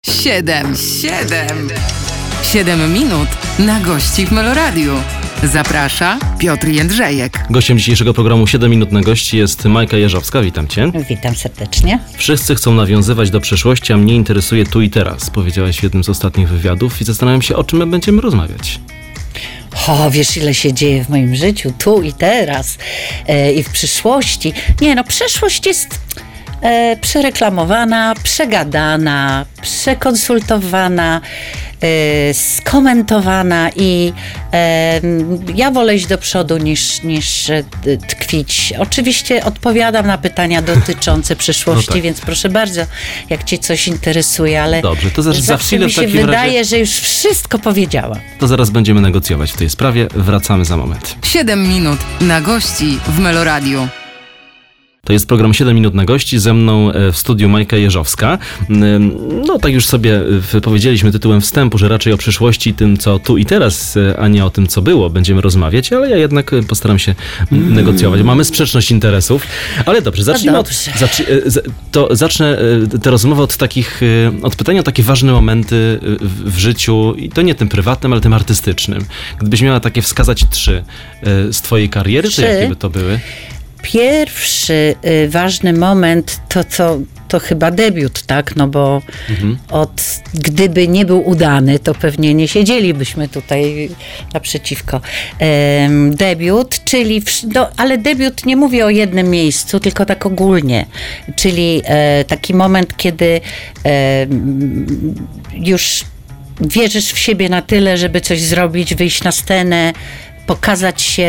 7 minut na gości w Meloradiu. Zaprasza Piotr Jędrzejek. Gościem dzisiejszego programu 7 minut na gości jest Majka Jeżowska. Witam Cię. Witam serdecznie. Wszyscy chcą nawiązywać do przeszłości, a mnie interesuje tu i teraz. Powiedziałaś w jednym z ostatnich wywiadów i zastanawiam się, o czym my będziemy rozmawiać. O, wiesz, ile się dzieje w moim życiu, tu i teraz i w przyszłości. Przeszłość jest przereklamowana, przegadana, przekonsultowana, skomentowana i ja wolę iść do przodu niż tkwić. Oczywiście odpowiadam na pytania dotyczące przyszłości, no tak. Więc proszę bardzo, jak Cię coś interesuje, ale dobrze, to za chwilę mi się wydaje, że już wszystko powiedziałam. To zaraz będziemy negocjować w tej sprawie. Wracamy za moment. 7 minut na gości w Meloradiu. To jest program 7 minut na gości, ze mną w studiu Majka Jeżowska. No tak już sobie powiedzieliśmy tytułem wstępu, że raczej o przyszłości, tym co tu i teraz, a nie o tym co było będziemy rozmawiać, ale ja jednak postaram się negocjować. Mamy sprzeczność interesów, ale dobrze, zacznę tę rozmowę od pytania o takie ważne momenty w życiu, i to nie tym prywatnym, ale tym artystycznym. Gdybyś miała takie wskazać 3 z twojej kariery, to jakie by to były? Pierwszy ważny moment to chyba debiut, tak? No bo gdyby nie był udany, to pewnie nie siedzielibyśmy tutaj naprzeciwko. Debiut, czyli ale debiut nie mówię o jednym miejscu, tylko tak ogólnie. Czyli taki moment, kiedy już wierzysz w siebie na tyle, żeby coś zrobić, wyjść na scenę, pokazać się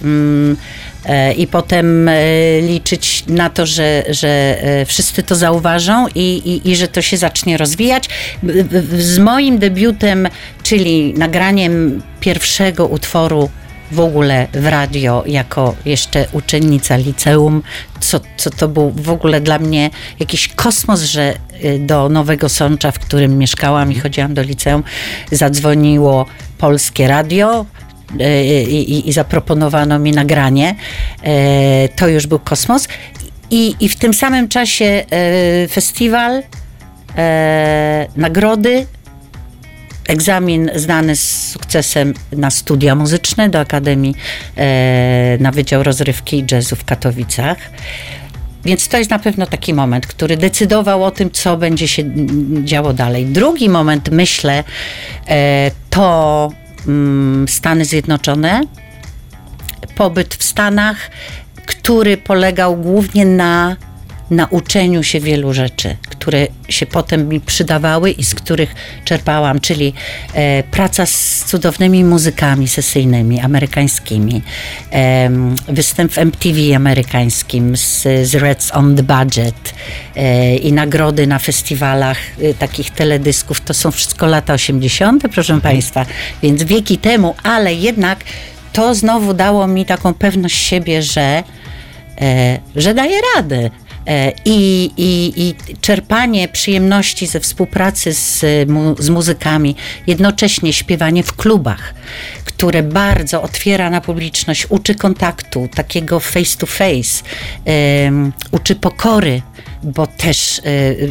i potem liczyć na to, że wszyscy to zauważą i że to się zacznie rozwijać. Z moim debiutem, czyli nagraniem pierwszego utworu w ogóle w radio, jako jeszcze uczennica liceum, co to był w ogóle dla mnie jakiś kosmos, że do Nowego Sącza, w którym mieszkałam i chodziłam do liceum, zadzwoniło Polskie Radio, i zaproponowano mi nagranie. To już był kosmos. I w tym samym czasie festiwal, nagrody, egzamin zdany z sukcesem na studia muzyczne do Akademii na Wydział Rozrywki i Jazzu w Katowicach. Więc to jest na pewno taki moment, który decydował o tym, co będzie się działo dalej. Drugi moment, myślę, to Stany Zjednoczone, pobyt w Stanach, który polegał głównie na nauczeniu się wielu rzeczy, które się potem mi przydawały i z których czerpałam, czyli praca z cudownymi muzykami sesyjnymi, amerykańskimi, występ w MTV amerykańskim z Reds on the Budget i nagrody na festiwalach takich teledysków. To są wszystko lata 80., proszę Państwa, więc wieki temu, ale jednak to znowu dało mi taką pewność siebie, że daję radę. I czerpanie przyjemności ze współpracy z muzykami, jednocześnie śpiewanie w klubach, które bardzo otwiera na publiczność, uczy kontaktu, takiego face to face, uczy pokory, bo też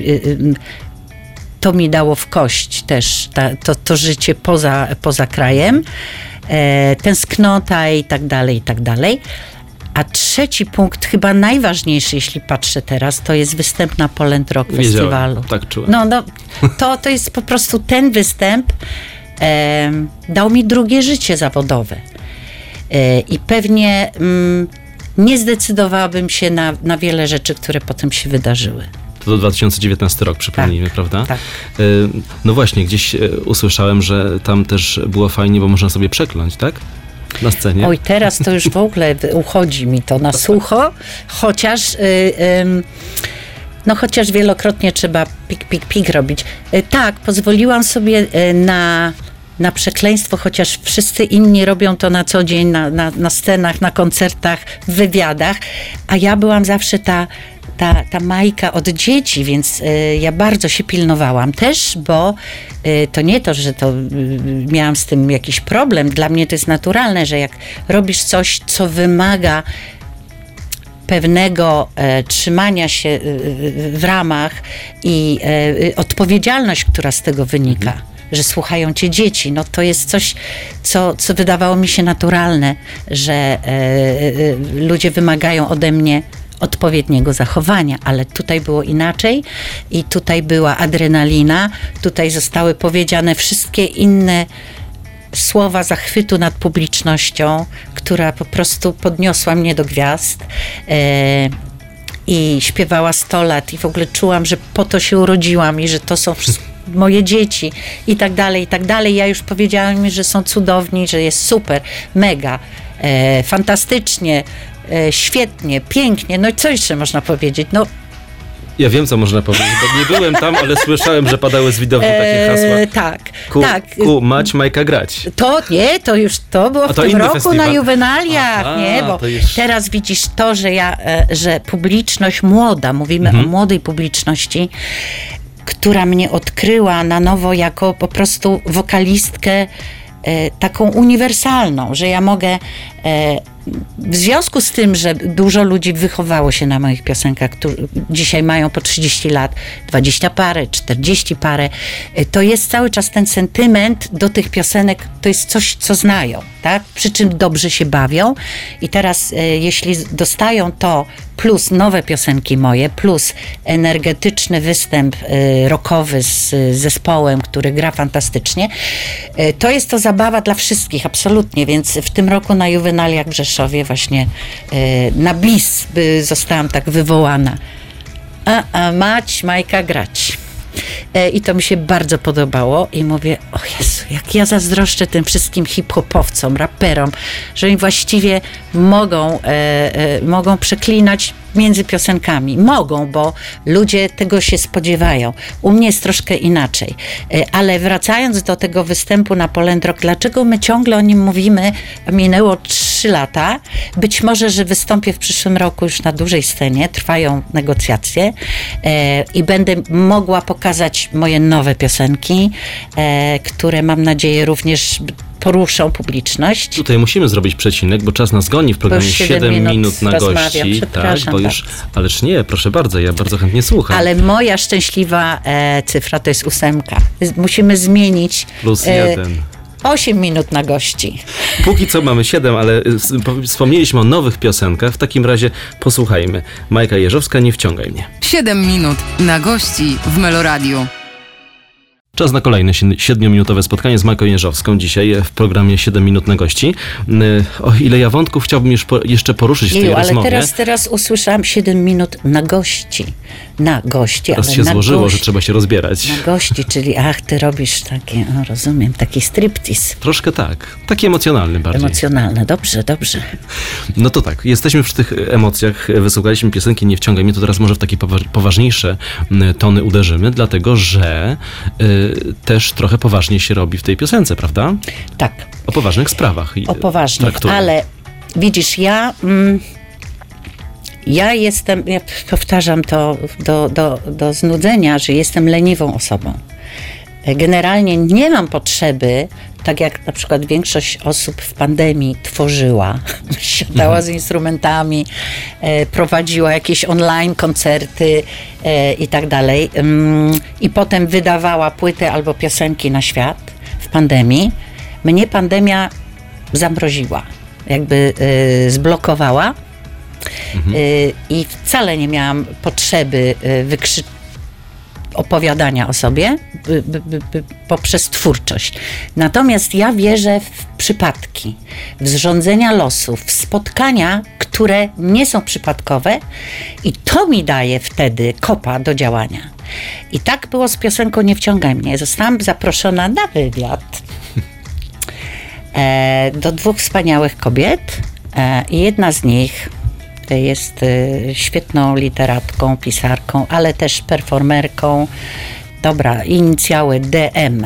to mi dało w kość też to życie poza krajem, tęsknota i tak dalej. A trzeci punkt, chyba najważniejszy, jeśli patrzę teraz, to jest występ na Poland Rock Festiwalu. Tak czułem. To jest po prostu ten występ dał mi drugie życie zawodowe. I pewnie nie zdecydowałabym się na wiele rzeczy, które potem się wydarzyły. To 2019 rok, przypomnijmy, tak, prawda? Tak. No właśnie, gdzieś usłyszałem, że tam też było fajnie, bo można sobie przekląć, tak? Na scenie. Oj, teraz to już w ogóle uchodzi mi to na sucho, chociaż wielokrotnie trzeba pik robić. Tak, pozwoliłam sobie na przekleństwo, chociaż wszyscy inni robią to na co dzień, na scenach, na koncertach, w wywiadach, a ja byłam zawsze ta Majka od dzieci, więc ja bardzo się pilnowałam też, bo to nie to, że to miałam z tym jakiś problem. Dla mnie to jest naturalne, że jak robisz coś, co wymaga pewnego trzymania się w ramach i odpowiedzialność, która z tego wynika, że słuchają cię dzieci. No to jest coś, co wydawało mi się naturalne, że ludzie wymagają ode mnie odpowiedniego zachowania, ale tutaj było inaczej i tutaj była adrenalina, tutaj zostały powiedziane wszystkie inne słowa zachwytu nad publicznością, która po prostu podniosła mnie do gwiazd i śpiewała 100 lat i w ogóle czułam, że po to się urodziłam i że to są moje dzieci i tak dalej, i tak dalej. Ja już powiedziałam im, że są cudowni, że jest super, mega, fantastycznie, świetnie, pięknie, no i co jeszcze można powiedzieć? No, Ja wiem, co można powiedzieć, bo nie byłem tam, ale słyszałem, że padały z widowni takie hasła. Tak. Mać, Majka grać. To było w to tym inny roku festiwal. na Juwenaliach, Aha, nie? Bo to już... teraz widzisz to, że publiczność młoda, mówimy o młodej publiczności, która mnie odkryła na nowo jako po prostu wokalistkę taką uniwersalną, że ja mogę w związku z tym, że dużo ludzi wychowało się na moich piosenkach, którzy dzisiaj mają po 30 lat, 20 parę, 40 parę, to jest cały czas ten sentyment do tych piosenek, to jest coś, co znają, tak? Przy czym dobrze się bawią i teraz jeśli dostają to plus nowe piosenki moje, plus energetyczny występ rockowy z zespołem, który gra fantastycznie, to jest to zabawa dla wszystkich, absolutnie, więc w tym roku na Juwenaliach w Rzeszowie właśnie na bis zostałam tak wywołana. Mać, Majka, grać. I to mi się bardzo podobało i mówię, o Jezu, jak ja zazdroszczę tym wszystkim hip-hopowcom, raperom, że oni właściwie mogą przeklinać między piosenkami. Mogą, bo ludzie tego się spodziewają. U mnie jest troszkę inaczej. Ale wracając do tego występu na Poland Rock, dlaczego my ciągle o nim mówimy? Minęło 3 lata. Być może, że wystąpię w przyszłym roku już na dużej scenie. Trwają negocjacje i będę mogła pokazać moje nowe piosenki, które mam nadzieję również poruszą publiczność. Tutaj musimy zrobić przecinek, bo czas nas goni w programie 7 minut na gości. Tak, bo już, ależ nie, proszę bardzo, ja bardzo chętnie słucham. Ale moja szczęśliwa cyfra to jest 8. Musimy zmienić. Plus 1. 8 minut na gości. Póki co mamy 7, ale wspomnieliśmy o nowych piosenkach. W takim razie posłuchajmy. Majka Jeżowska, Nie wciągaj mnie. 7 minut na gości w Meloradiu. Czas na kolejne 7-minutowe spotkanie z Majką Jeżowską dzisiaj w programie 7 minut na gości. O ile ja wątków chciałbym jeszcze poruszyć w tej rozmowie. Ale teraz usłyszałam 7 minut na gości. Na gości, teraz ale się na złożyło, gości. że trzeba się rozbierać. Na gości, czyli ty robisz takie, rozumiem, taki striptease. Troszkę tak. Taki emocjonalny bardziej. Emocjonalny, dobrze. No to tak, jesteśmy przy tych emocjach, wysłuchaliśmy piosenki Nie wciągaj mnie, to teraz może w takie poważniejsze tony uderzymy, dlatego że też trochę poważnie się robi w tej piosence, prawda? Tak. O poważnych sprawach. O poważnych, ale widzisz, ja powtarzam to do znudzenia, że jestem leniwą osobą. Generalnie nie mam potrzeby, tak jak na przykład większość osób w pandemii tworzyła, siadała z instrumentami, prowadziła jakieś online koncerty i tak dalej, i potem wydawała płyty albo piosenki na świat w pandemii. Mnie pandemia zamroziła, jakby zblokowała i wcale nie miałam potrzeby opowiadania o sobie poprzez twórczość. Natomiast ja wierzę w przypadki, w zrządzenia losów, w spotkania, które nie są przypadkowe i to mi daje wtedy kopa do działania. I tak było z piosenką Nie wciągaj mnie. Zostałam zaproszona na wywiad do 2 wspaniałych kobiet i jedna z nich jest świetną literatką, pisarką, ale też performerką. Dobra, inicjały DM.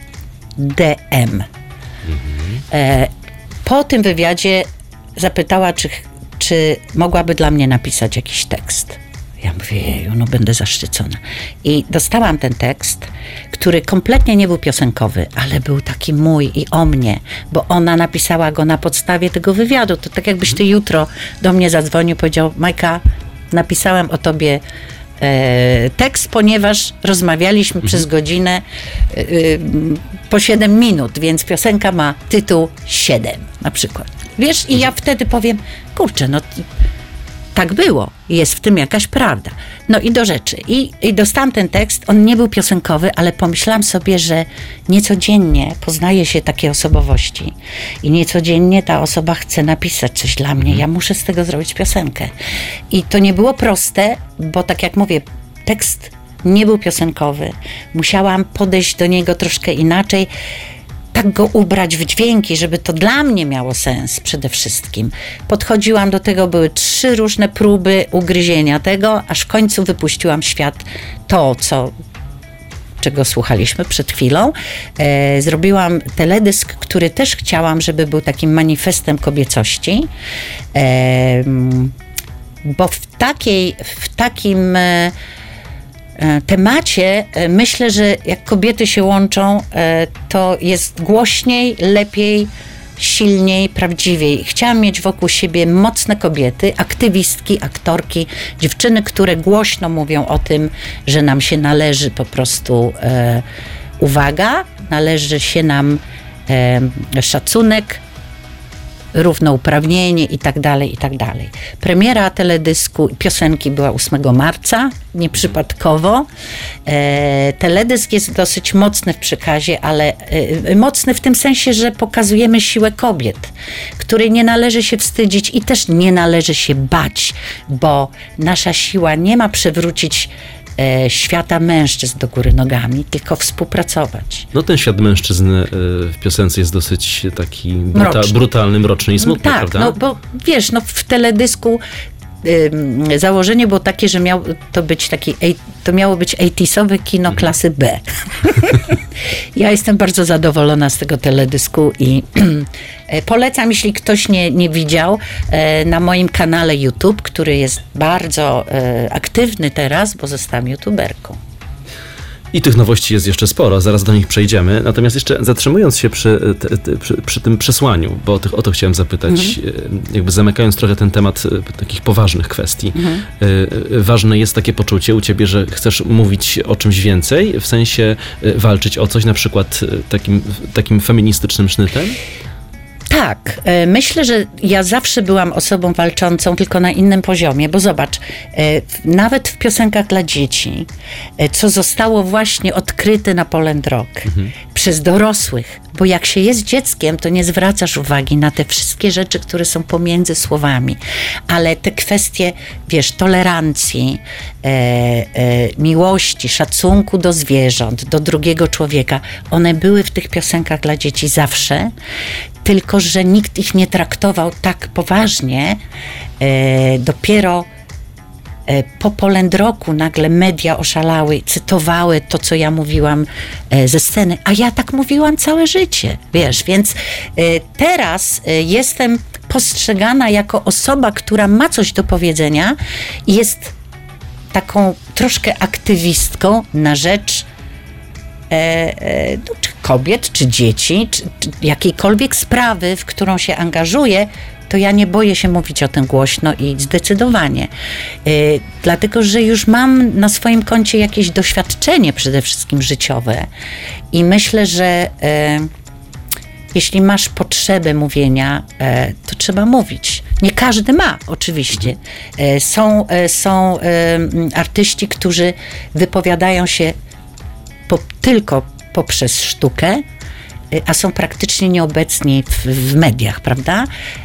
Po tym wywiadzie zapytała, czy mogłaby dla mnie napisać jakiś tekst. Ja mówię, jeju, no będę zaszczycona. I dostałam ten tekst, który kompletnie nie był piosenkowy, ale był taki mój i o mnie, bo ona napisała go na podstawie tego wywiadu. To tak jakbyś ty jutro do mnie zadzwonił, powiedział, Majka, napisałem o tobie tekst, ponieważ rozmawialiśmy przez godzinę po 7 minut, więc piosenka ma tytuł 7 na przykład. Wiesz, i ja wtedy powiem, kurczę, no tak było. Jest w tym jakaś prawda. No i do rzeczy. I dostałam ten tekst. On nie był piosenkowy, ale pomyślałam sobie, że niecodziennie poznaje się takie osobowości. I niecodziennie ta osoba chce napisać coś dla mnie. Ja muszę z tego zrobić piosenkę. I to nie było proste, bo tak jak mówię, tekst nie był piosenkowy. Musiałam podejść do niego troszkę inaczej. Tak go ubrać w dźwięki, żeby to dla mnie miało sens przede wszystkim. Podchodziłam do tego, były 3 różne próby ugryzienia tego, aż w końcu wypuściłam w świat to, czego słuchaliśmy przed chwilą. Zrobiłam teledysk, który też chciałam, żeby był takim manifestem kobiecości, bo w takim temacie myślę, że jak kobiety się łączą, to jest głośniej, lepiej, silniej, prawdziwiej. Chciałam mieć wokół siebie mocne kobiety, aktywistki, aktorki, dziewczyny, które głośno mówią o tym, że nam się należy po prostu uwaga, należy się nam szacunek, równouprawnienie i tak dalej, i tak dalej. Premiera teledysku i piosenki była 8 marca, nieprzypadkowo. Teledysk jest dosyć mocny w przekazie, ale mocny w tym sensie, że pokazujemy siłę kobiet, której nie należy się wstydzić i też nie należy się bać, bo nasza siła nie ma przewrócić świata mężczyzn do góry nogami, tylko współpracować. No ten świat mężczyzn w piosence jest dosyć taki brutalny, mroczny i smutny, tak, prawda? No bo wiesz, no w teledysku założenie było takie, że to miało być 80-sowe kino klasy B. Ja jestem bardzo zadowolona z tego teledysku i polecam, jeśli ktoś nie widział, na moim kanale YouTube, który jest bardzo aktywny teraz, bo zostałam youtuberką. I tych nowości jest jeszcze sporo, zaraz do nich przejdziemy. Natomiast jeszcze zatrzymując się przy tym przesłaniu, bo o to chciałem zapytać, jakby zamykając trochę ten temat takich poważnych kwestii. Ważne jest takie poczucie u ciebie, że chcesz mówić o czymś więcej, w sensie walczyć o coś na przykład takim feministycznym sznytem? Tak, myślę, że ja zawsze byłam osobą walczącą, tylko na innym poziomie, bo zobacz, nawet w piosenkach dla dzieci, co zostało właśnie odkryte na Poland Rock przez dorosłych, bo jak się jest dzieckiem, to nie zwracasz uwagi na te wszystkie rzeczy, które są pomiędzy słowami, ale te kwestie, wiesz, tolerancji, miłości, szacunku do zwierząt, do drugiego człowieka, one były w tych piosenkach dla dzieci zawsze, tylko że nikt ich nie traktował tak poważnie. Dopiero po Poland Rocku nagle media oszalały, cytowały to, co ja mówiłam ze sceny, a ja tak mówiłam całe życie, wiesz, więc teraz jestem postrzegana jako osoba, która ma coś do powiedzenia i jest taką troszkę aktywistką na rzecz czy kobiet, czy dzieci, czy jakiejkolwiek sprawy, w którą się angażuję, to ja nie boję się mówić o tym głośno i zdecydowanie. Dlatego, że już mam na swoim koncie jakieś doświadczenie przede wszystkim życiowe i myślę, że jeśli masz potrzebę mówienia, to trzeba mówić. Nie każdy ma, oczywiście. Są artyści, którzy wypowiadają się tylko poprzez sztukę, a są praktycznie nieobecni w mediach, prawda?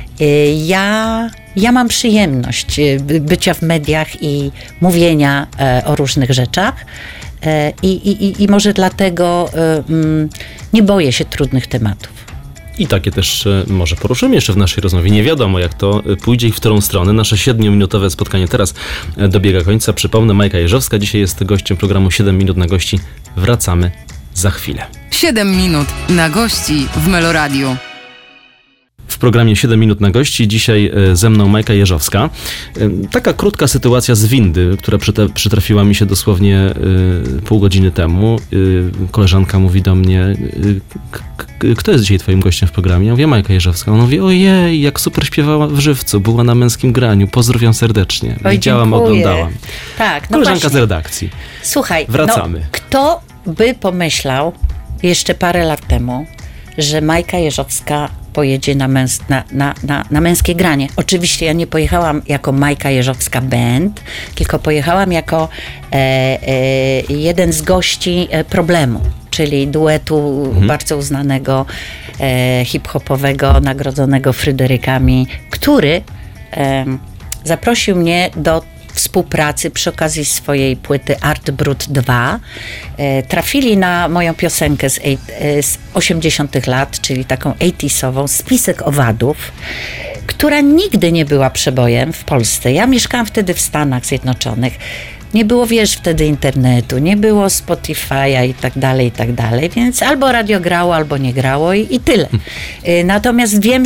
Ja mam przyjemność bycia w mediach i mówienia o różnych rzeczach i może dlatego nie boję się trudnych tematów. I takie też może poruszymy jeszcze w naszej rozmowie. Nie wiadomo, jak to pójdzie i w którą stronę. Nasze 7-minutowe spotkanie teraz dobiega końca. Przypomnę, Majka Jeżowska dzisiaj jest gościem programu 7 minut na gości. Wracamy za chwilę. 7 minut na gości w Meloradiu. programie 7 minut na gości. Dzisiaj ze mną Majka Jeżowska. Taka krótka sytuacja z windy, która przytrafiła mi się dosłownie pół godziny temu. Koleżanka mówi do mnie, kto jest dzisiaj twoim gościem w programie? Ja mówię, Majka Jeżowska. Ona mówi, ojej, jak super śpiewała w żywcu, była na Męskim Graniu, pozdrowiam serdecznie. Widziałam, oglądałam. Tak, no koleżanka właśnie. z redakcji. Słuchaj, wracamy. No, kto by pomyślał jeszcze parę lat temu, że Majka Jeżowska pojedzie na Męskie Granie. Oczywiście ja nie pojechałam jako Majka Jeżowska Band, tylko pojechałam jako jeden z gości Problemu, czyli duetu bardzo uznanego, hip-hopowego, nagrodzonego Fryderykami, który zaprosił mnie do współpracy przy okazji swojej płyty Art Brut 2. Trafili na moją piosenkę z 80 lat, czyli taką 80sową, Spisek Owadów, która nigdy nie była przebojem w Polsce. Ja mieszkałam wtedy w Stanach Zjednoczonych. Nie było, wiesz, wtedy internetu, nie było Spotify'a i tak dalej, więc albo radio grało, albo nie grało i tyle. Natomiast wiem,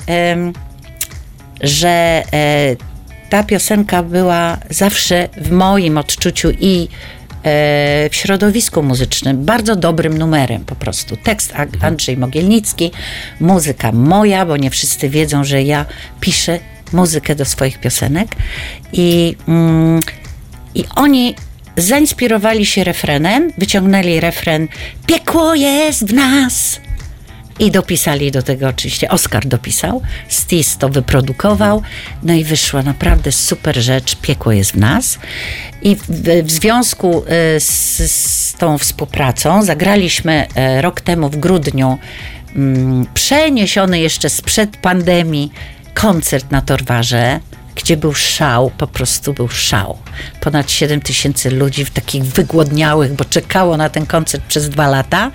że ta piosenka była zawsze w moim odczuciu i w środowisku muzycznym bardzo dobrym numerem po prostu. Tekst Andrzej Mogielnicki, muzyka moja, bo nie wszyscy wiedzą, że ja piszę muzykę do swoich piosenek i oni zainspirowali się refrenem, wyciągnęli refren "Piekło jest w nas" i dopisali do tego oczywiście, Oskar dopisał, Stis to wyprodukował, no i wyszła naprawdę super rzecz, Piekło jest w nas. I w związku z tą współpracą zagraliśmy rok temu w grudniu przeniesiony jeszcze sprzed pandemii koncert na Torwarze, gdzie był szał, po prostu był szał. Ponad 7 000 ludzi w takich wygłodniałych, bo czekało na ten koncert przez 2 lata.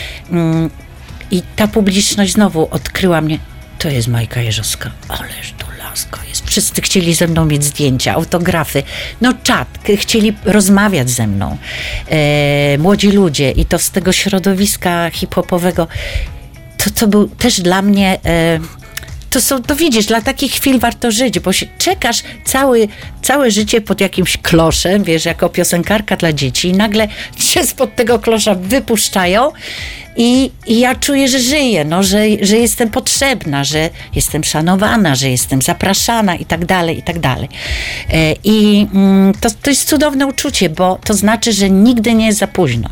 I ta publiczność znowu odkryła mnie, to jest Majka Jeżowska, ależ to laska jest. Wszyscy chcieli ze mną mieć zdjęcia, autografy, no czat, chcieli rozmawiać ze mną. Młodzi ludzie i to z tego środowiska hip-hopowego, to był też dla mnie... To widzisz, dla takich chwil warto żyć, bo się czekasz całe życie pod jakimś kloszem, wiesz, jako piosenkarka dla dzieci i nagle się spod tego klosza wypuszczają i ja czuję, że żyję, no, że jestem potrzebna, że jestem szanowana, że jestem zapraszana i tak dalej, i tak dalej. I to jest cudowne uczucie, bo to znaczy, że nigdy nie jest za późno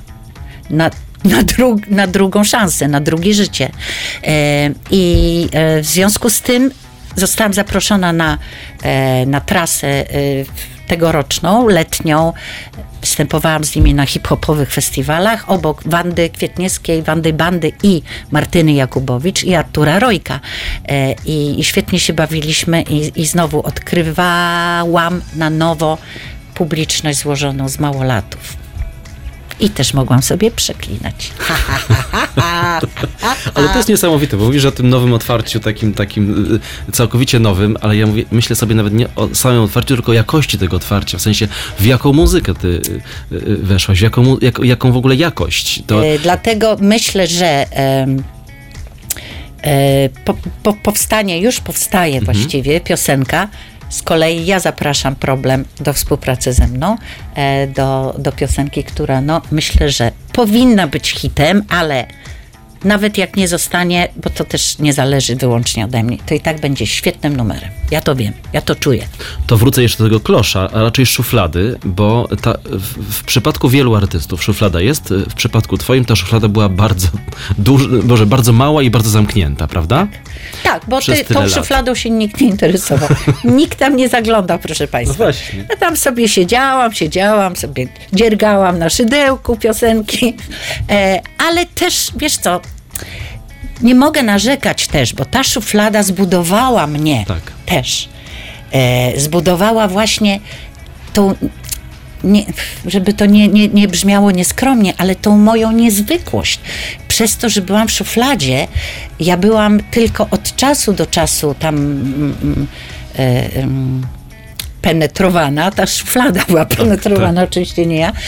na drugą szansę, na drugie życie. I w związku z tym zostałam zaproszona na trasę tegoroczną, letnią. Występowałam z nimi na hip-hopowych festiwalach obok Wandy Kwietniewskiej, Wandy Bandy i Martyny Jakubowicz i Artura Rojka. I świetnie się bawiliśmy i znowu odkrywałam na nowo publiczność złożoną z małolatów. I też mogłam sobie przeklinać. Ale to jest niesamowite, bo mówisz o tym nowym otwarciu, takim całkowicie nowym, ale ja myślę sobie nawet nie o samym otwarciu, tylko o jakości tego otwarcia, w sensie w jaką muzykę ty weszłaś, jaką w ogóle jakość. Dlatego myślę, że już powstaje właściwie piosenka. Z kolei ja zapraszam Problem do współpracy ze mną, do piosenki, która myślę, że powinna być hitem, ale nawet jak nie zostanie, bo to też nie zależy wyłącznie ode mnie, to i tak będzie świetnym numerem. Ja to wiem, ja to czuję. To wrócę jeszcze do tego klosza, a raczej szuflady, bo w przypadku wielu artystów szuflada jest, w przypadku twoim ta szuflada była bardzo mała i bardzo zamknięta, prawda? Tak, bo tą szufladą się nikt nie interesował. Nikt tam nie zaglądał, proszę państwa. No właśnie. Ja tam sobie siedziałam, sobie dziergałam na szydełku piosenki, ale też, wiesz co, nie mogę narzekać też, bo ta szuflada zbudowała mnie też. Zbudowała właśnie tą, żeby to nie brzmiało nieskromnie, ale tą moją niezwykłość. Przez to, że byłam w szufladzie, ja byłam tylko od czasu do czasu tam penetrowana, ta szuflada była penetrowana, oczywiście nie ja,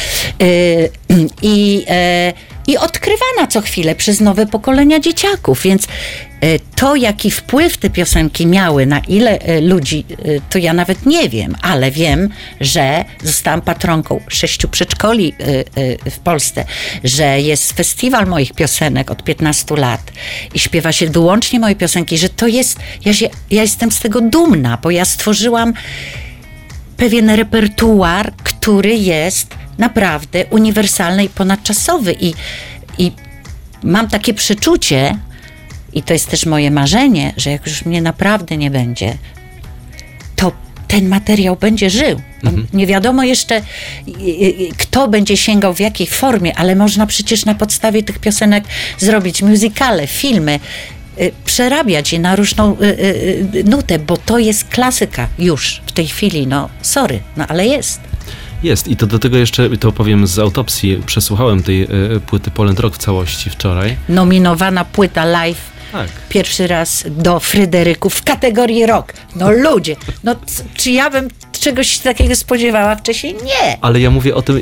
i odkrywana co chwilę przez nowe pokolenia dzieciaków, więc To, jaki wpływ te piosenki miały, na ile ludzi, to ja nawet nie wiem, ale wiem, że zostałam patronką 6 przedszkoli w Polsce, że jest festiwal moich piosenek od 15 lat i śpiewa się wyłącznie moje piosenki, że to jest, ja jestem z tego dumna, bo ja stworzyłam pewien repertuar, który jest naprawdę uniwersalny i ponadczasowy i mam takie przeczucie, i to jest też moje marzenie, że jak już mnie naprawdę nie będzie, to ten materiał będzie żył. Nie wiadomo jeszcze, kto będzie sięgał w jakiej formie, ale można przecież na podstawie tych piosenek zrobić musicale, filmy, przerabiać je na różną nutę, bo to jest klasyka już w tej chwili. No sorry, no ale jest. Jest i to do tego jeszcze, to powiem z autopsji, przesłuchałem tej płyty Poland Rock w całości wczoraj. Nominowana płyta live. Tak. Pierwszy raz do Fryderyków w kategorii rock. No ludzie, no czy ja bym czegoś takiego spodziewała wcześniej? Nie. Ale ja mówię o tym,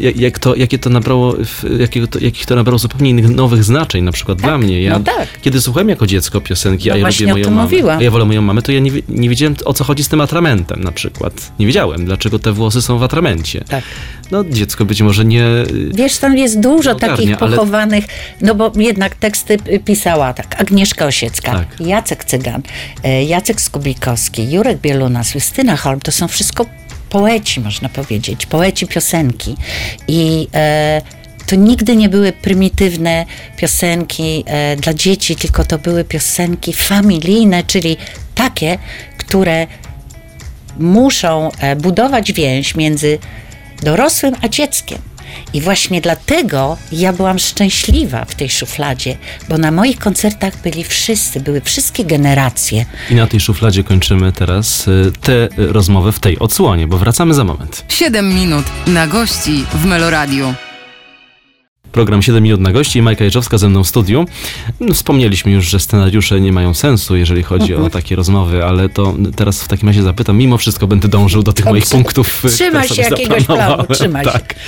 jakich to nabrało zupełnie innych nowych znaczeń, na przykład dla mnie. Ja, kiedy słuchałem jako dziecko piosenki, no a ja lubię moją mamę, mówiłam. a ja wolę moją mamę, to ja nie wiedziałem, o co chodzi z tym atramentem na przykład. Nie wiedziałem, dlaczego te włosy są w atramencie. Tak. No dziecko być może nie... Wiesz, tam jest dużo takich pochowanych, no bo jednak teksty pisała tak Agnieszka Osiecka, tak. Jacek Cygan, Jacek Skubikowski, Jurek Bielunas, Justyna Holm, to są wszystko poeci, można powiedzieć, poeci piosenki i to nigdy nie były prymitywne piosenki dla dzieci, tylko to były piosenki familijne, czyli takie, które muszą budować więź między dorosłym a dzieckiem. I właśnie dlatego ja byłam szczęśliwa w tej szufladzie, bo na moich koncertach były wszystkie generacje. I na tej szufladzie kończymy teraz tę rozmowę w tej odsłonie, bo wracamy za moment. 7 minut na gości w Meloradiu. Program 7 minut na gości i Majka Jeżowska ze mną w studiu. No, wspomnieliśmy już, że scenariusze nie mają sensu, jeżeli chodzi o takie rozmowy, ale to teraz w takim razie zapytam, mimo wszystko będę dążył do tych moich punktów. Trzymaj się jakiegoś planu, trzymaj się. Tak.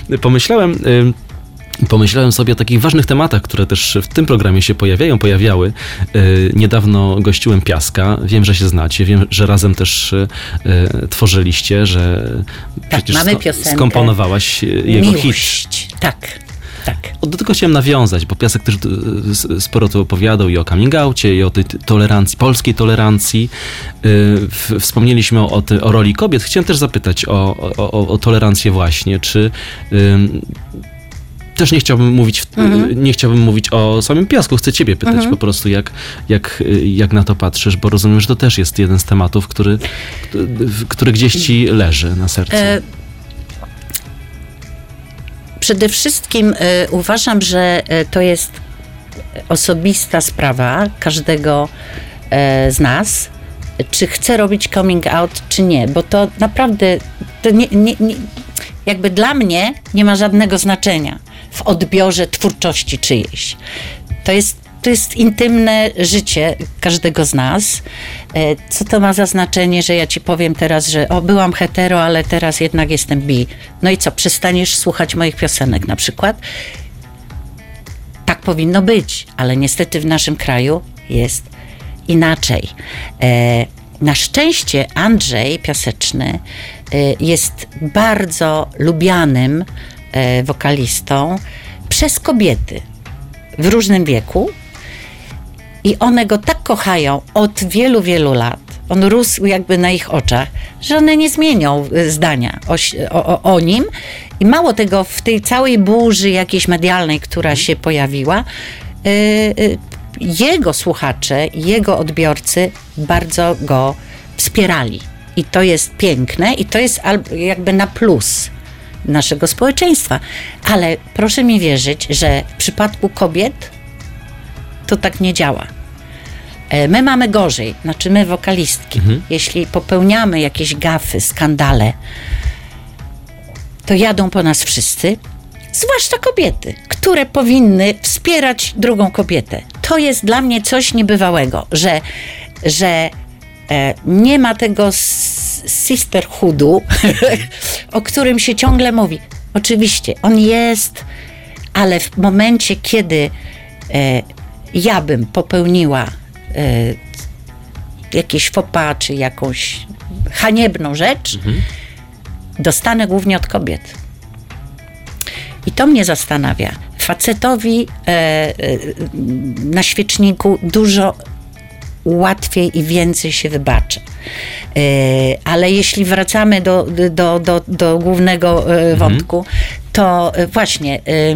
Pomyślałem sobie o takich ważnych tematach, które też w tym programie się pojawiały. Niedawno gościłem Piaska. Wiem, że się znacie. Wiem, że razem też tworzyliście, że przecież mamy piosenkę skomponowałaś jego hit. Tak. Do tego chciałem nawiązać, bo Piasek też sporo tu opowiadał i o coming outcie, i o tej tolerancji, polskiej tolerancji. Wspomnieliśmy o roli kobiet. Chciałem też zapytać o tolerancję właśnie. Czy... Też nie chciałbym mówić o samym Piasku. Chcę ciebie pytać po prostu, jak na to patrzysz, bo rozumiem, że to też jest jeden z tematów, który gdzieś ci leży na sercu. Przede wszystkim uważam, że to jest osobista sprawa każdego z nas, czy chce robić coming out, czy nie, bo to naprawdę jakby dla mnie nie ma żadnego znaczenia w odbiorze twórczości czyjejś. To jest intymne życie każdego z nas. Co to ma za znaczenie, że ja ci powiem teraz, że byłam hetero, ale teraz jednak jestem bi. No i co, przestaniesz słuchać moich piosenek na przykład? Tak powinno być, ale niestety w naszym kraju jest inaczej. Na szczęście Andrzej Piaseczny jest bardzo lubianym wokalistą przez kobiety w różnym wieku i one go tak kochają od wielu, wielu lat. On rósł jakby na ich oczach, że one nie zmienią zdania o nim. I mało tego, w tej całej burzy jakiejś medialnej, która się pojawiła, jego słuchacze, jego odbiorcy bardzo go wspierali. I to jest piękne i to jest jakby na plus naszego społeczeństwa. Ale proszę mi wierzyć, że w przypadku kobiet to tak nie działa. My mamy gorzej, znaczy my wokalistki. Jeśli popełniamy jakieś gafy, skandale, to jadą po nas wszyscy, zwłaszcza kobiety, które powinny wspierać drugą kobietę. To jest dla mnie coś niebywałego, że nie ma tego sisterhoodu, o którym się ciągle mówi. Oczywiście, on jest, ale w momencie, kiedy ja bym popełniła jakieś faux pas, czy jakąś haniebną rzecz, dostanę głównie od kobiet. I to mnie zastanawia. Facetowi na świeczniku dużo łatwiej i więcej się wybacza. Ale jeśli wracamy do głównego wątku, to właśnie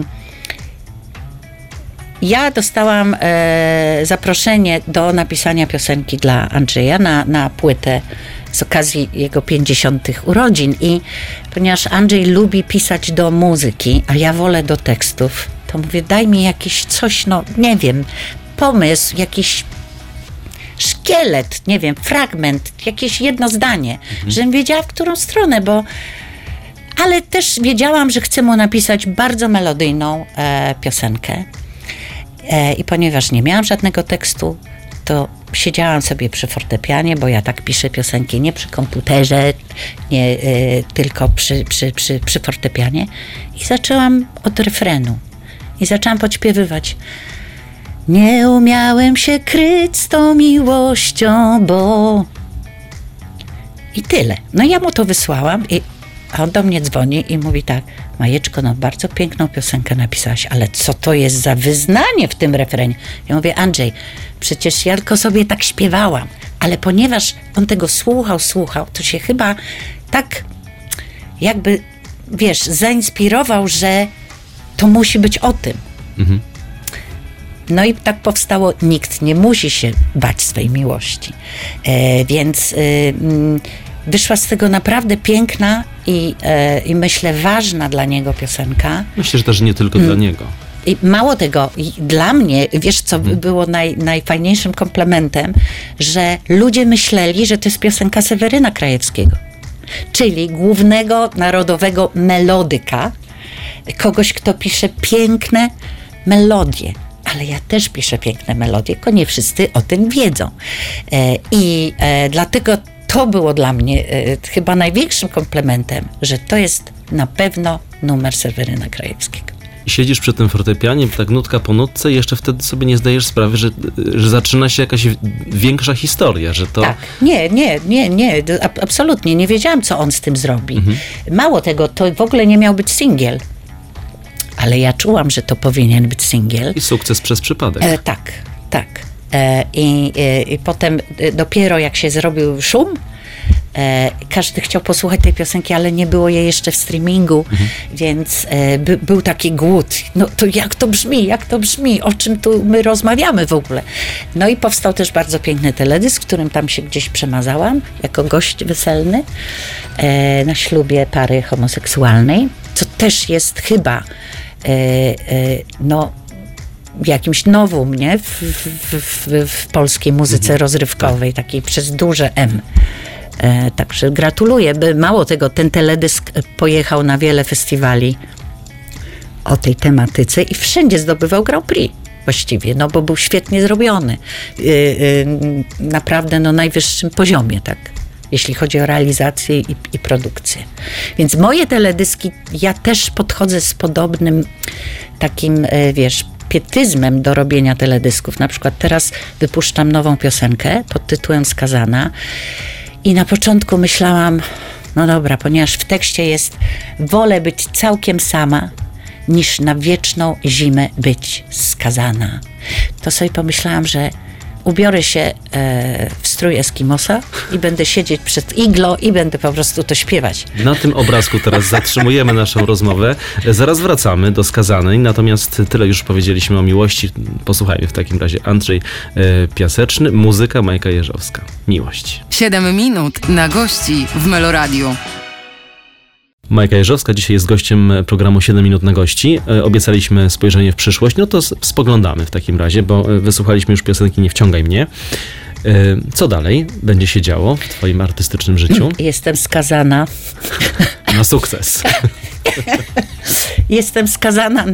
ja dostałam zaproszenie do napisania piosenki dla Andrzeja na płytę z okazji jego 50. urodzin i ponieważ Andrzej lubi pisać do muzyki, a ja wolę do tekstów, to mówię, daj mi jakieś coś, no nie wiem, pomysł, jakiś szkielet, nie wiem, fragment, jakieś jedno zdanie, żebym wiedziała, w którą stronę, ale też wiedziałam, że chcę mu napisać bardzo melodyjną piosenkę. I ponieważ nie miałam żadnego tekstu, to siedziałam sobie przy fortepianie, bo ja tak piszę piosenki nie przy komputerze, nie, tylko przy fortepianie. I zaczęłam od refrenu. I zaczęłam podśpiewywać. Nie umiałem się kryć z tą miłością, bo... I tyle. No ja mu to wysłałam, a on do mnie dzwoni i mówi tak, Majeczko, no bardzo piękną piosenkę napisałaś, ale co to jest za wyznanie w tym refrenie? Ja mówię, Andrzej, przecież ja tylko sobie tak śpiewałam, ale ponieważ on tego słuchał, to się chyba tak jakby, wiesz, zainspirował, że to musi być o tym. No i tak powstało, nikt nie musi się bać swej miłości. Więc wyszła z tego naprawdę piękna i myślę ważna dla niego piosenka. Myślę, że też nie tylko dla niego. I mało tego, i dla mnie, wiesz co było najfajniejszym komplementem, że ludzie myśleli, że to jest piosenka Seweryna Krajewskiego, czyli głównego narodowego melodyka, kogoś, kto pisze piękne melodie. Ale ja też piszę piękne melodie, tylko nie wszyscy o tym wiedzą. Dlatego to było dla mnie chyba największym komplementem, że to jest na pewno numer Seweryna Krajewskiego. I siedzisz przy tym fortepianie, tak nutka po nutce i jeszcze wtedy sobie nie zdajesz sprawy, że zaczyna się jakaś większa historia, że to... Tak, nie, absolutnie. Nie wiedziałam, co on z tym zrobi. Mało tego, to w ogóle nie miał być singiel. Ale ja czułam, że to powinien być singiel. I sukces przez przypadek. Tak. I potem dopiero jak się zrobił szum, każdy chciał posłuchać tej piosenki, ale nie było jej jeszcze w streamingu, więc był taki głód. No to jak to brzmi, o czym tu my rozmawiamy w ogóle. No i powstał też bardzo piękny teledysk, w którym tam się gdzieś przemazałam, jako gość weselny na ślubie pary homoseksualnej, co też jest chyba jakimś nowum, nie? W polskiej muzyce rozrywkowej, takiej przez duże M. Także gratuluję. Mało tego, ten teledysk pojechał na wiele festiwali o tej tematyce i wszędzie zdobywał Grand Prix właściwie, no bo był świetnie zrobiony. Naprawdę na najwyższym poziomie, tak? Jeśli chodzi o realizację i produkcję. Więc moje teledyski, ja też podchodzę z podobnym takim, wiesz, pietyzmem do robienia teledysków. Na przykład teraz wypuszczam nową piosenkę pod tytułem Skazana i na początku myślałam, no dobra, ponieważ w tekście jest wolę być całkiem sama, niż na wieczną zimę być skazana. To sobie pomyślałam, że ubiorę się w strój Eskimosa i będę siedzieć przed iglo i będę po prostu to śpiewać. Na tym obrazku teraz zatrzymujemy naszą rozmowę. Zaraz wracamy do Skazanej, natomiast tyle już powiedzieliśmy o miłości. Posłuchajmy w takim razie. Andrzej Piaseczny, muzyka Majka Jeżowska. Miłość. 7 minut na gości w Meloradiu. Majka Jeżowska dzisiaj jest gościem programu 7 minut na gości. Obiecaliśmy spojrzenie w przyszłość, no to spoglądamy w takim razie, bo wysłuchaliśmy już piosenki Nie wciągaj mnie. Co dalej będzie się działo w twoim artystycznym życiu? Jestem skazana. Na sukces. Jestem skazana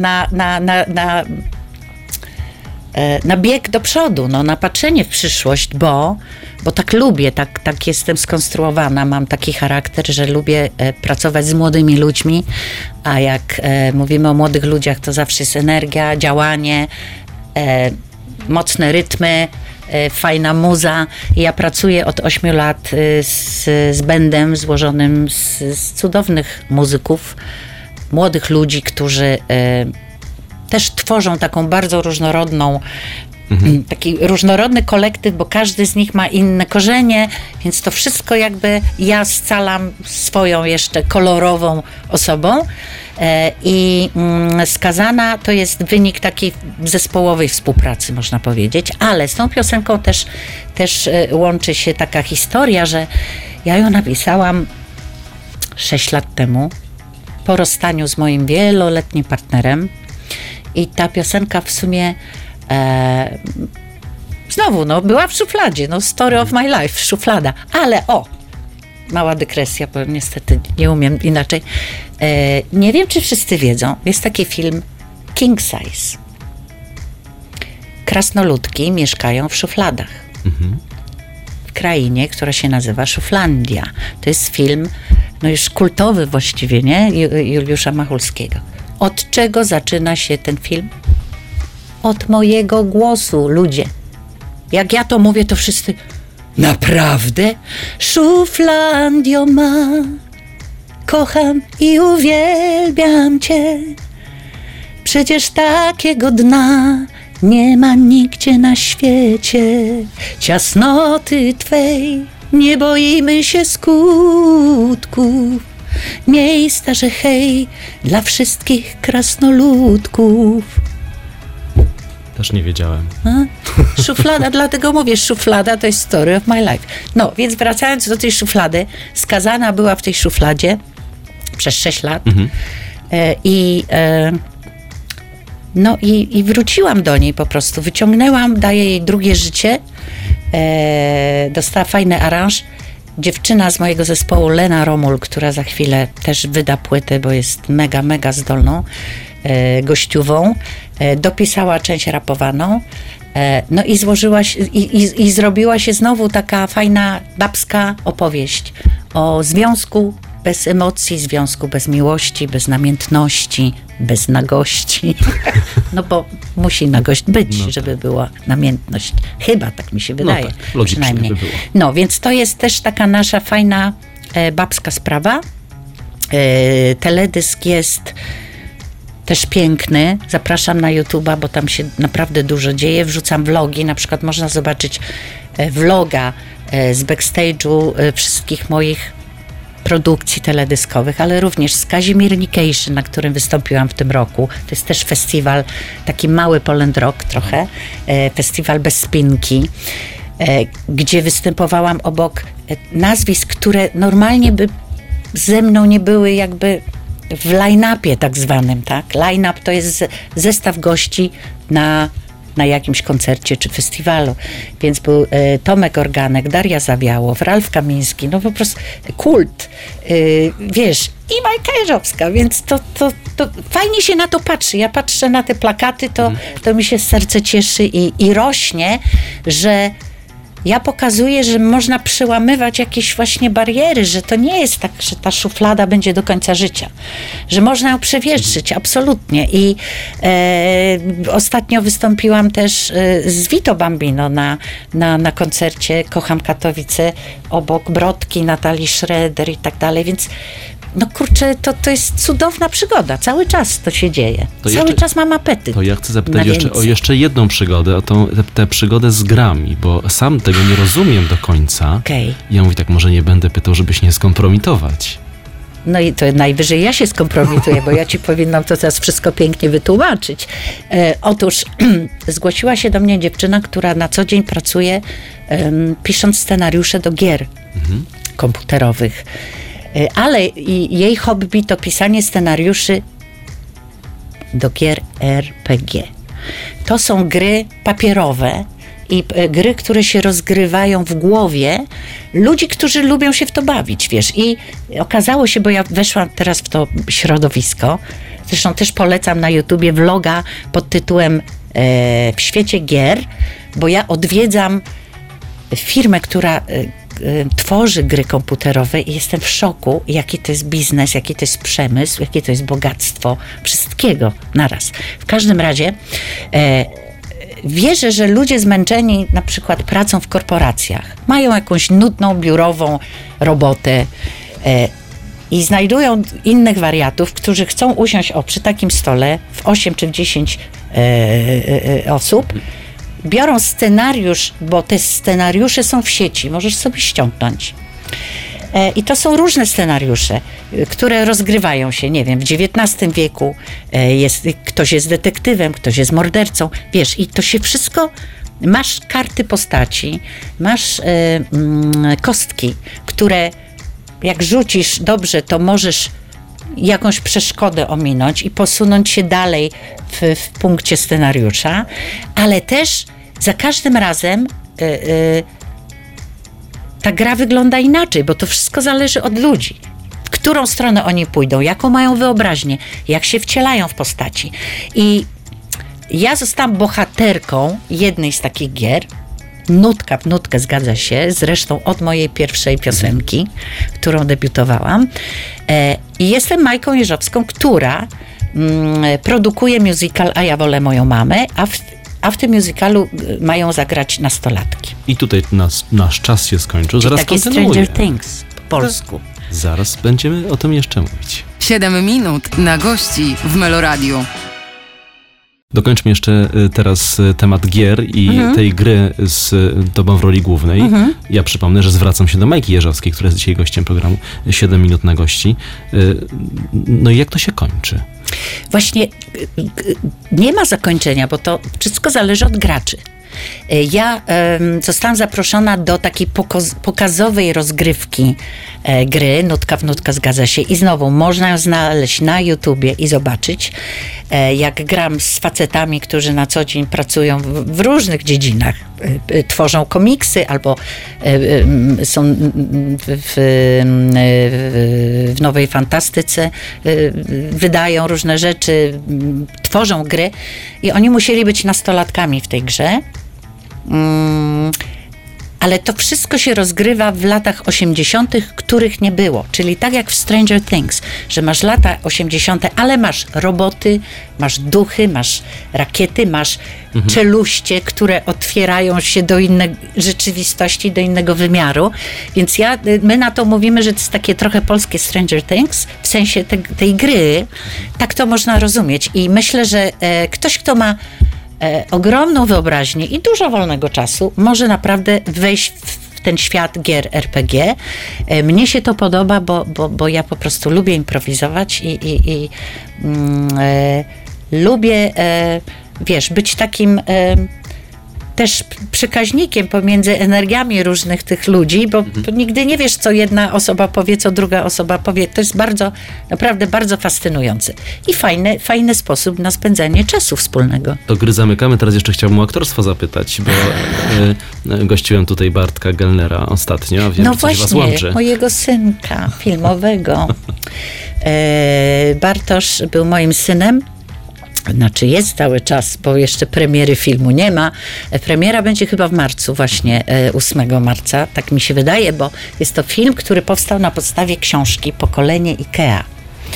na bieg do przodu, no, na patrzenie w przyszłość, bo tak lubię, tak jestem skonstruowana, mam taki charakter, że lubię pracować z młodymi ludźmi, a jak mówimy o młodych ludziach, to zawsze jest energia, działanie, mocne rytmy, fajna muza. Ja pracuję od 8 lat z bandem złożonym z cudownych muzyków, młodych ludzi, którzy też tworzą taką bardzo różnorodną, taki różnorodny kolektyw, bo każdy z nich ma inne korzenie, więc to wszystko jakby ja scalam swoją jeszcze kolorową osobą. I Skazana to jest wynik takiej zespołowej współpracy, można powiedzieć, ale z tą piosenką też łączy się taka historia, że ja ją napisałam 6 lat temu, po rozstaniu z moim wieloletnim partnerem, i ta piosenka w sumie znowu, była w szufladzie, Story of my life, szuflada, ale mała dygresja, bo niestety nie umiem inaczej. Nie wiem, czy wszyscy wiedzą, jest taki film King Size. Krasnoludki mieszkają w szufladach. W krainie, która się nazywa Szuflandia. To jest film, już kultowy właściwie, nie? Juliusza Machulskiego. Od czego zaczyna się ten film? Od mojego głosu, ludzie. Jak ja to mówię, to wszyscy... Naprawdę? Szuflandio ma, kocham i uwielbiam cię. Przecież takiego dna nie ma nigdzie na świecie. Ciasnoty twej nie boimy się skutków. Miejsca, że hej, dla wszystkich krasnoludków. Też nie wiedziałem. Szuflada, dlatego mówię, szuflada to jest story of my life. Więc wracając do tej szuflady, Skazana była w tej szufladzie przez 6 lat i wróciłam do niej po prostu. Wyciągnęłam, daję jej drugie życie. Dostała fajny aranż. Dziewczyna z mojego zespołu, Lena Romul, która za chwilę też wyda płytę, bo jest mega, mega zdolną gościową, dopisała część rapowaną, i złożyła się, i zrobiła się znowu taka fajna babska opowieść o związku bez emocji, związku bez miłości, bez namiętności, bez nagości. Bo musi nagość być, żeby była namiętność. Chyba tak mi się wydaje. Logicznie przynajmniej. by było. Więc to jest też taka nasza fajna babska sprawa. Teledysk jest też piękny. Zapraszam na YouTube'a, bo tam się naprawdę dużo dzieje. Wrzucam vlogi, na przykład można zobaczyć vloga z backstage'u wszystkich moich produkcji teledyskowych, ale również z Kazimiernication, na którym wystąpiłam w tym roku. To jest też festiwal, taki mały Poland Rock trochę, festiwal bez spinki, gdzie występowałam obok nazwisk, które normalnie by ze mną nie były jakby w line-upie tak zwanym, tak? Line-up to jest zestaw gości na jakimś koncercie czy festiwalu. Więc był Tomek Organek, Daria Zawiałow, Ralf Kamiński, po prostu kult. I Majka Jeżowska, więc to fajnie się na to patrzy. Ja patrzę na te plakaty, to mi się serce cieszy i rośnie, że ja pokazuję, że można przełamywać jakieś właśnie bariery, że to nie jest tak, że ta szuflada będzie do końca życia, że można ją przewietrzyć, absolutnie. I ostatnio wystąpiłam też z Vito Bambino na koncercie Kocham Katowice, obok Brodki, Natalii Schroeder i tak dalej, więc kurczę, to jest cudowna przygoda. Cały czas to się dzieje. Cały czas mam apetyt. To ja chcę zapytać o jeszcze jedną przygodę, o tę przygodę z grami, bo sam tego nie rozumiem do końca. Okay. Ja mówię tak, może nie będę pytał, żeby się nie skompromitować. I to najwyżej ja się skompromituję, bo ja ci powinnam to teraz wszystko pięknie wytłumaczyć. Otóż zgłosiła się do mnie dziewczyna, która na co dzień pracuje pisząc scenariusze do gier komputerowych. Ale jej hobby to pisanie scenariuszy do gier RPG. To są gry papierowe i gry, które się rozgrywają w głowie ludzi, którzy lubią się w to bawić, wiesz. I okazało się, bo ja weszłam teraz w to środowisko, zresztą też polecam na YouTubie vloga pod tytułem W świecie gier, bo ja odwiedzam firmę, która tworzy gry komputerowe i jestem w szoku, jaki to jest biznes, jaki to jest przemysł, jakie to jest bogactwo, wszystkiego naraz. W każdym razie wierzę, że ludzie zmęczeni na przykład pracą w korporacjach, mają jakąś nudną, biurową robotę i znajdują innych wariatów, którzy chcą usiąść przy takim stole w 8 czy w 10 osób, biorą scenariusz, bo te scenariusze są w sieci, możesz sobie ściągnąć. I to są różne scenariusze, które rozgrywają się, nie wiem, w XIX wieku, ktoś jest detektywem, ktoś jest mordercą, wiesz, i to się wszystko, masz karty postaci, masz kostki, które jak rzucisz dobrze, to możesz jakąś przeszkodę ominąć i posunąć się dalej w punkcie scenariusza, ale też za każdym razem ta gra wygląda inaczej, bo to wszystko zależy od ludzi. W którą stronę oni pójdą, jaką mają wyobraźnię, jak się wcielają w postaci. I ja zostałam bohaterką jednej z takich gier. Nutka w nutkę, zgadza się, zresztą od mojej pierwszej piosenki, którą debiutowałam. I jestem Majką Jeżowską, która produkuje musical A ja wolę moją mamę, a w tym musicalu mają zagrać nastolatki. I tutaj nasz czas się skończył. Zaraz takie kontynuuję. Stranger Things po polsku. Zaraz będziemy o tym jeszcze mówić. 7 minut na gości w Meloradiu. Dokończmy jeszcze teraz temat gier i tej gry z tobą w roli głównej. Ja przypomnę, że zwracam się do Majki Jeżowskiej, która jest dzisiaj gościem programu 7 minut na gości. No i jak to się kończy? Właśnie nie ma zakończenia, bo to wszystko zależy od graczy. Ja zostałam zaproszona do takiej pokazowej rozgrywki gry, nutka w nutkę, zgadza się, i znowu można ją znaleźć na YouTubie i zobaczyć, jak gram z facetami, którzy na co dzień pracują w różnych dziedzinach, tworzą komiksy albo są w Nowej Fantastyce, wydają różne rzeczy, tworzą gry i oni musieli być nastolatkami w tej grze. Ale to wszystko się rozgrywa w latach 80., których nie było. Czyli tak jak w Stranger Things, że masz lata 80., ale masz roboty, masz duchy, masz rakiety, masz czeluście, które otwierają się do innej rzeczywistości, do innego wymiaru. Więc my na to mówimy, że to jest takie trochę polskie Stranger Things, w sensie tej gry. Tak to można rozumieć. I myślę, że ktoś, kto ma ogromną wyobraźnię i dużo wolnego czasu, może naprawdę wejść w ten świat gier RPG. Mnie się to podoba, bo ja po prostu lubię improwizować i lubię, być takim też przekaźnikiem pomiędzy energiami różnych tych ludzi, bo nigdy nie wiesz, co jedna osoba powie, co druga osoba powie. To jest naprawdę bardzo fascynujące. I fajny sposób na spędzanie czasu wspólnego. To gry zamykamy. Teraz jeszcze chciałbym o aktorstwo zapytać, bo gościłem tutaj Bartka Gellnera ostatnio, a wiem, no że coś was właśnie, łączy. mojego synka filmowego. Bartosz był moim synem. Znaczy jest cały czas, bo jeszcze premiery filmu nie ma. Premiera będzie chyba w marcu, właśnie 8 marca, tak mi się wydaje, bo jest to film, który powstał na podstawie książki Pokolenie Ikea.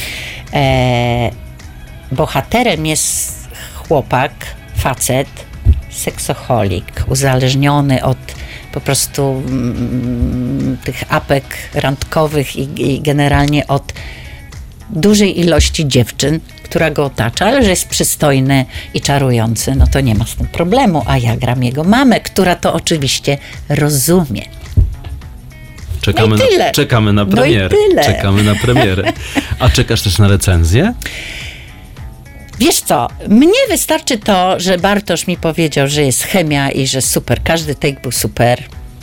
Bohaterem jest chłopak, facet, seksoholik, uzależniony od po prostu tych apek randkowych i generalnie od dużej ilości dziewczyn, która go otacza, ale że jest przystojny i czarujący, no to nie ma z tym problemu, a ja gram jego mamę, która to oczywiście rozumie. Czekamy na premierę. Czekamy na premierę. A czekasz też na recenzję? Wiesz co, mnie wystarczy to, że Bartosz mi powiedział, że jest chemia i że super, każdy take był super.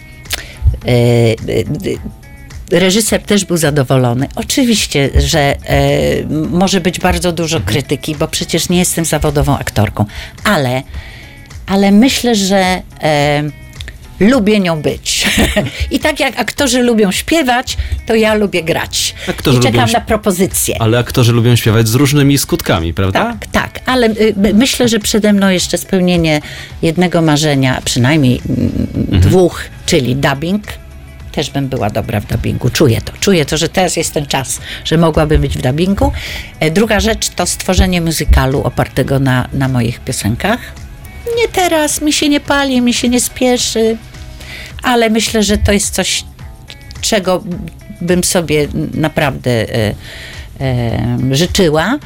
Reżyser też był zadowolony. Oczywiście, że może być bardzo dużo krytyki, bo przecież nie jestem zawodową aktorką, ale myślę, że lubię nią być. I tak jak aktorzy lubią śpiewać, to ja lubię grać. I czekam na propozycje. Ale aktorzy lubią śpiewać z różnymi skutkami, prawda? Tak, ale myślę, że przede mną jeszcze spełnienie jednego marzenia, przynajmniej dwóch, czyli dubbing. Też bym była dobra w dubbingu. Czuję to, że teraz jest ten czas, że mogłabym być w dubbingu. Druga rzecz to stworzenie musicalu opartego na moich piosenkach. Nie teraz, mi się nie pali, mi się nie spieszy, ale myślę, że to jest coś, czego bym sobie naprawdę życzyła.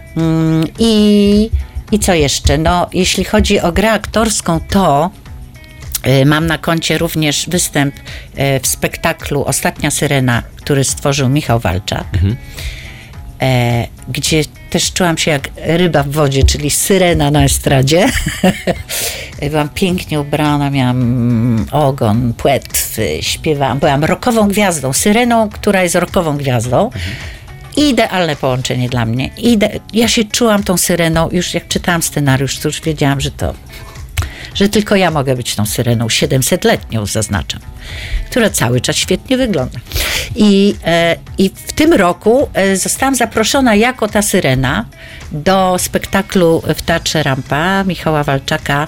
I co jeszcze? No, jeśli chodzi o grę aktorską, to mam na koncie również występ w spektaklu Ostatnia Syrena, który stworzył Michał Walczak, gdzie też czułam się jak ryba w wodzie, czyli syrena na estradzie. Byłam pięknie ubrana, miałam ogon, płetwy, śpiewałam. Byłam rockową gwiazdą, syreną, która jest rockową gwiazdą. Idealne połączenie dla mnie. Ja się czułam tą syreną, już jak czytałam scenariusz, to już wiedziałam, że tylko ja mogę być tą syreną, 700-letnią zaznaczam, która cały czas świetnie wygląda. I w tym roku zostałam zaproszona jako ta syrena do spektaklu w Teatrze Rampa Michała Walczaka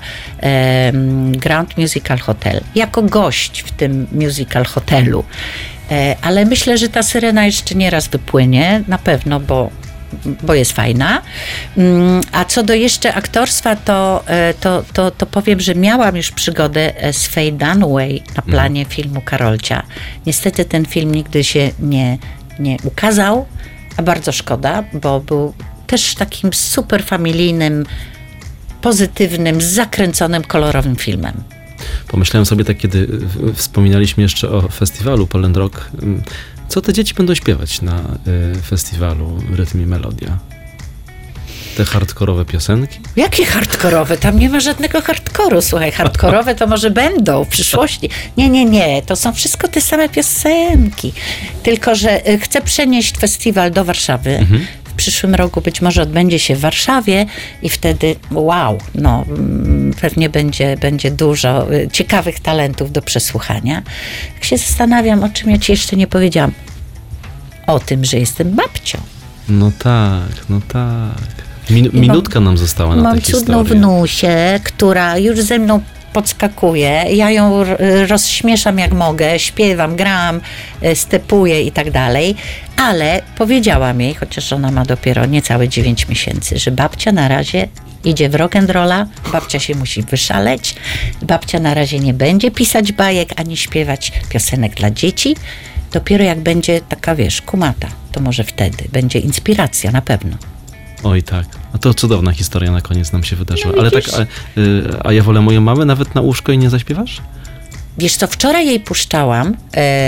Grand Musical Hotel. Jako gość w tym musical hotelu. Ale myślę, że ta syrena jeszcze nie raz wypłynie, na pewno, bo jest fajna. A co do jeszcze aktorstwa, to powiem, że miałam już przygodę z Faye Dunaway na planie filmu Karolcia. Niestety ten film nigdy się nie ukazał, a bardzo szkoda, bo był też takim super familijnym, pozytywnym, zakręconym, kolorowym filmem. Pomyślałem sobie tak, kiedy wspominaliśmy jeszcze o festiwalu Poland Rock, co te dzieci będą śpiewać na festiwalu Rytm i Melodia? Te hardkorowe piosenki? Jakie hardkorowe? Tam nie ma żadnego hardkoru. Słuchaj, hardkorowe to może będą w przyszłości. Nie. To są wszystko te same piosenki. Tylko że chcę przenieść festiwal do Warszawy. W przyszłym roku być może odbędzie się w Warszawie i wtedy pewnie będzie dużo ciekawych talentów do przesłuchania. Jak się zastanawiam, o czym ja ci jeszcze nie powiedziałam. O tym, że jestem babcią. No tak. Minutka nam została na tę historię. Mam cudną wnusię, która już ze mną podskakuje. Ja ją rozśmieszam jak mogę, śpiewam, gram, stepuję i tak dalej. Ale powiedziałam jej, chociaż ona ma dopiero niecałe 9 miesięcy, że babcia na razie idzie w rock'n'rolla, babcia się musi wyszaleć, babcia na razie nie będzie pisać bajek, ani śpiewać piosenek dla dzieci. Dopiero jak będzie taka, kumata, to może wtedy będzie inspiracja na pewno. Oj tak, a to cudowna historia na koniec nam się wydarzyła. Ale tak, a ja wolę moją mamę nawet na łóżko i nie zaśpiewasz? Wiesz co, wczoraj jej puszczałam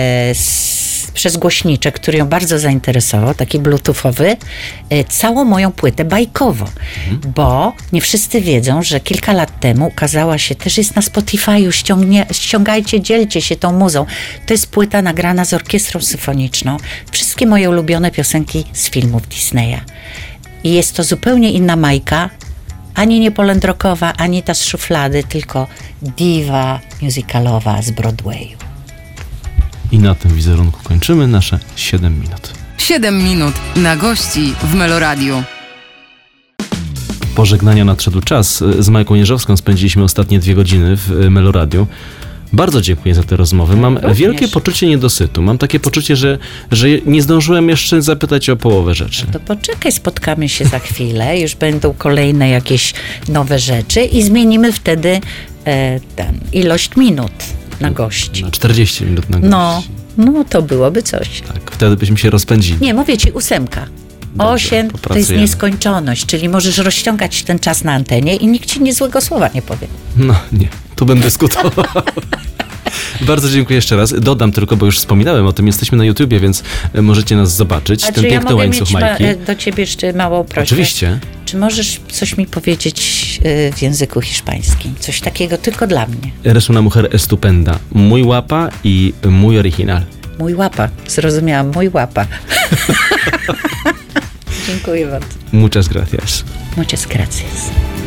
przez głośniczek, który ją bardzo zainteresował, taki bluetoothowy, całą moją płytę bajkowo. Bo nie wszyscy wiedzą, że kilka lat temu ukazała się, też jest na Spotify'u, ściągajcie, dzielcie się tą muzą. To jest płyta nagrana z orkiestrą symfoniczną. Wszystkie moje ulubione piosenki z filmów Disneya. I jest to zupełnie inna Majka, ani nie polędrokowa, ani ta z szuflady, tylko diwa musicalowa z Broadwayu. I na tym wizerunku kończymy nasze 7 minut. 7 minut na gości w Meloradiu. Pożegnania nadszedł czas. Z Majką Jeżowską spędziliśmy ostatnie 2 godziny w Meloradiu. Bardzo dziękuję za tę rozmowę. Mam wielkie poczucie niedosytu. Mam takie poczucie, że nie zdążyłem jeszcze zapytać o połowę rzeczy. To poczekaj, spotkamy się za chwilę. Już będą kolejne jakieś nowe rzeczy i zmienimy wtedy ilość minut na gości. Na 40 minut na gości. No to byłoby coś. Tak, wtedy byśmy się rozpędzili. Nie, mówię ci 8. Dobrze, 8 to jest nieskończoność, czyli możesz rozciągać ten czas na antenie i nikt ci niezłego słowa nie powie. No nie, tu będę dyskutował. Bardzo dziękuję jeszcze raz. Dodam tylko, bo już wspominałem o tym, jesteśmy na YouTubie, więc możecie nas zobaczyć. A ten czy piękny ja mogę łańcuch mieć Majki. do ciebie jeszcze małą prośbę? Oczywiście. Czy możesz coś mi powiedzieć w języku hiszpańskim? Coś takiego tylko dla mnie. Eres una mujer estupenda. Muy guapa y muy original. Mój łapa. Zrozumiałam. Mój łapa. Dziękuję bardzo. Muchas gracias. Muchas gracias.